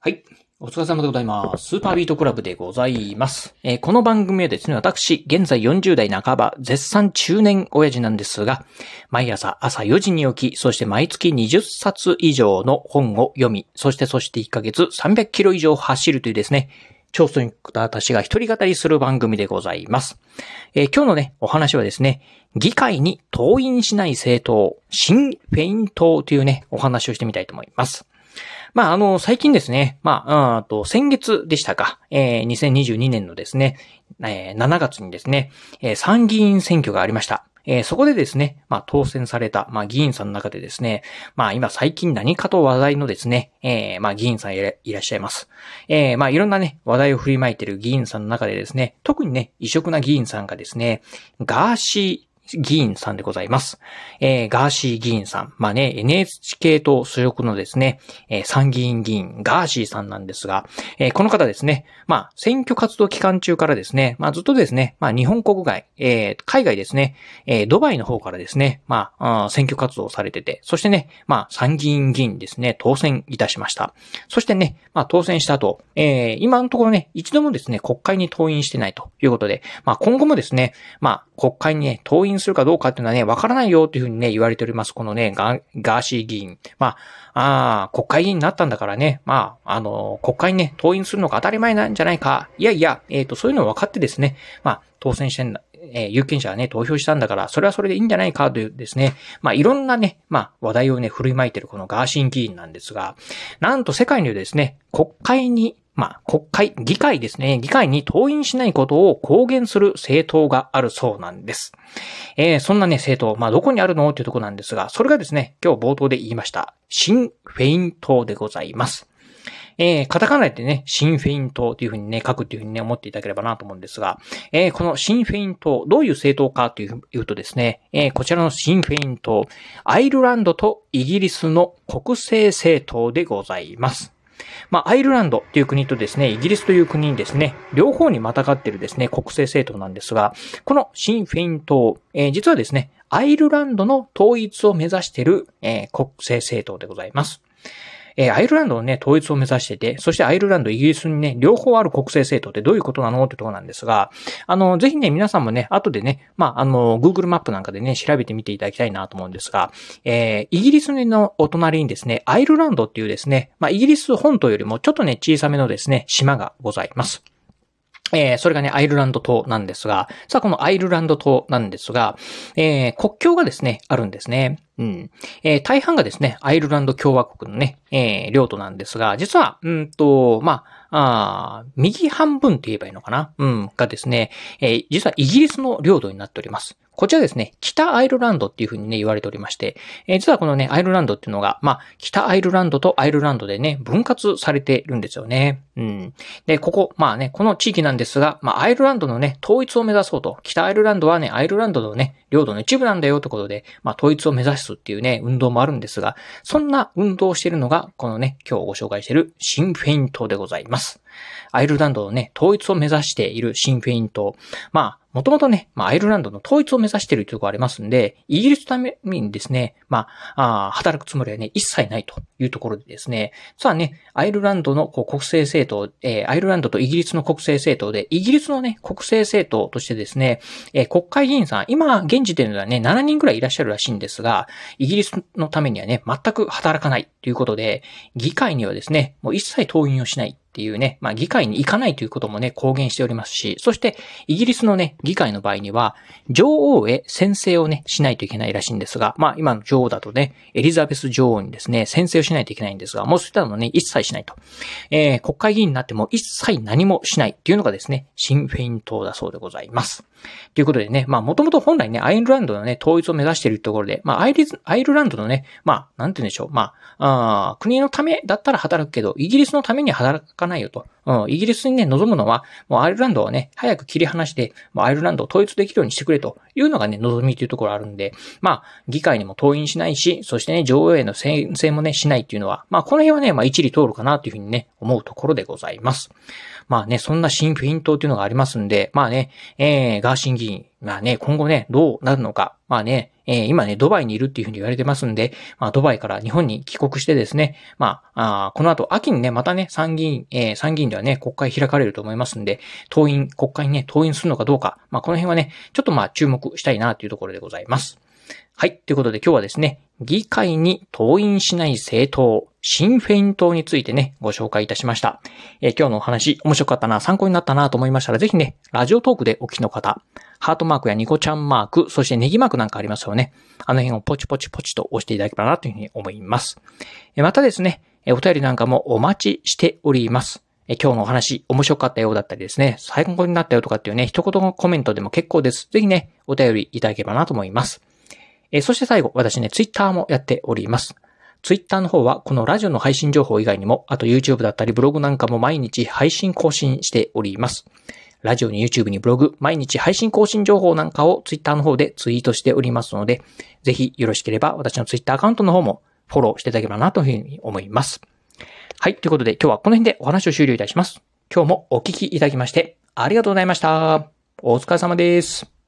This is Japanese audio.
はい。お疲れ様でございます。スーパービートクラブでございます。この番組はですね、私、現在40代半ば、絶賛中年親父なんですが、毎朝4時に起き、そして毎月20冊以上の本を読み、そして1ヶ月300キロ以上走るというですね、超ストイックな私が一人語りする番組でございます。今日のね、お話はですね、議会に登院しない政党、シン・フェイン党というね、お話をしてみたいと思います。最近ですね、先月でしたか、2022年のですね、7月にですね、参議院選挙がありました。そこでですね、当選された、議員さんの中でですね、今最近何かと話題のですね、議員さんいらっしゃいます。いろんなね、話題を振りまいている議員さんの中でですね、特にね、異色な議員さんがですね、ガーシー議員さんでございます。ガーシー議員さん。NHK 党所属のですね、参議院議員、ガーシーさんなんですが、この方ですね、選挙活動期間中からですね、ずっとですね、日本国外、海外ですね、ドバイの方からですね、選挙活動をされてて、そしてね、参議院議員ですね、当選いたしました。そしてね、当選した後、今のところね、一度もですね、国会に登院してないということで、今後もですね、国会にね、登院するかどうかっていうのはね、わからないよっていうふうにね、言われております。このね、ガーシー議員。国会議員になったんだからね、国会にね、登院するのが当たり前なんじゃないか。いやいや、そういうのを分かってですね、当選してんだ。有権者はね、投票したんだから、それはそれでいいんじゃないかというですね、いろんなね、話題をね、振りまいてるこのガーシー議員なんですが、なんと世界にはですね、国会に議会ですね。議会に登院しないことを公言する政党があるそうなんです。そんなね、政党、どこにあるのっていうところなんですが、それがですね、今日冒頭で言いました、シン・フェイン党でございます。カタカナでね、シン・フェイン党というふうにね、書くというふうにね、思っていただければなと思うんですが、このシン・フェイン党、どういう政党かというとですね、こちらのシン・フェイン党、アイルランドとイギリスの国政政党でございます。アイルランドという国とですね、イギリスという国にですね、両方にまたがっているですね、国政政党なんですが、このシン・フェイン党、実はですね、アイルランドの統一を目指している、国政政党でございます。アイルランドのね、統一を目指してて、そしてアイルランド、イギリスにね、両方ある国政政党ってどういうことなのってところなんですが、ぜひね、皆さんもね、後でね、Google マップなんかでね、調べてみていただきたいなと思うんですが、イギリスのお隣にですね、アイルランドっていうですね、イギリス本島よりもちょっとね、小さめのですね、島がございます。それがね、アイルランド島なんですが、さあ、このアイルランド島なんですが、国境がですね、あるんですね。大半がですね、アイルランド共和国のね、領土なんですが、実は、右半分って言えばいいのかながですね、実はイギリスの領土になっております。こちらですね、北アイルランドっていう風にね、言われておりまして、実はこのね、アイルランドっていうのが、北アイルランドとアイルランドでね、分割されてるんですよね。で、この地域なんですが、アイルランドのね、統一を目指そうと、北アイルランドはね、アイルランドのね、領土の一部なんだよということで、統一を目指すっていうね、運動もあるんですが、そんな運動をしているのが、このね、今日ご紹介しているシン・フェイン党でございます。アイルランドのね、統一を目指しているシン・フェイン党。もともとね、アイルランドの統一を目指しているというところがありますんで、イギリスのためにですね、働くつもりはね、一切ないというところでですね、さあね、アイルランドの国政政党、アイルランドとイギリスの国政政党で、イギリスのね、国政政党としてですね、国会議員さん、今、現時点ではね、7人くらいいらっしゃるらしいんですが、イギリスのためにはね、全く働かないということで、議会にはですね、もう一切登院をしない。っていうね、議会に行かないということもね、公言しておりますし、そして、イギリスのね、議会の場合には、女王へ宣誓をね、しないといけないらしいんですが、今の女王だとね、エリザベス女王にですね、宣誓をしないといけないんですが、もうそういったのね、一切しないと。国会議員になっても一切何もしないっていうのがですね、シン・フェイン党だそうでございます。ということでね、もともと本来ね、アイルランドのね、統一を目指しているところで、アイルランドのね、なんて言うんでしょう、国のためだったら働くけど、イギリスのために働かないよと。 イギリスにね、望むのは、もうアイルランドをね、早く切り離して、もうアイルランドを統一できるようにしてくれというのがね、望みというところあるんで、議会にも登院しないし、そしてね、女王への宣誓もね、しないっていうのは、この辺はね、一理通るかなというふうにね、思うところでございます。そんな新フェイントっていうのがありますんで、ガーシー議員、今後ね、どうなるのか、今ね、ドバイにいるっていうふうに言われてますんで、ドバイから日本に帰国してですね、この後、秋にね、またね、参議院ではね、国会開かれると思いますんで、国会にね、登院するのかどうか、この辺はね、ちょっと注目したいなというところでございます。はい。ということで今日はですね、議会に登院しない政党、シンフェイン党についてね、ご紹介いたしました。今日のお話、面白かったな、参考になったなと思いましたら、ぜひね、ラジオトークでお聞きの方、ハートマークやニコちゃんマーク、そしてネギマークなんかありますよね。あの辺をポチポチポチと押していただければなというふうに思います。またですね、お便りなんかもお待ちしております。今日のお話、面白かったようだったりですね、最高になったよとかっていうね、一言のコメントでも結構です。ぜひね、お便りいただければなと思います。そして最後、私ね、ツイッターもやっております。ツイッターの方は、このラジオの配信情報以外にも、あと YouTube だったりブログなんかも毎日配信更新しております。ラジオに YouTube にブログ、毎日配信更新情報なんかをツイッターの方でツイートしておりますので、ぜひよろしければ私のツイッターアカウントの方もフォローしていただければなというふうに思います。はい、ということで今日はこの辺でお話を終了いたします。今日もお聞きいただきましてありがとうございました。お疲れ様です。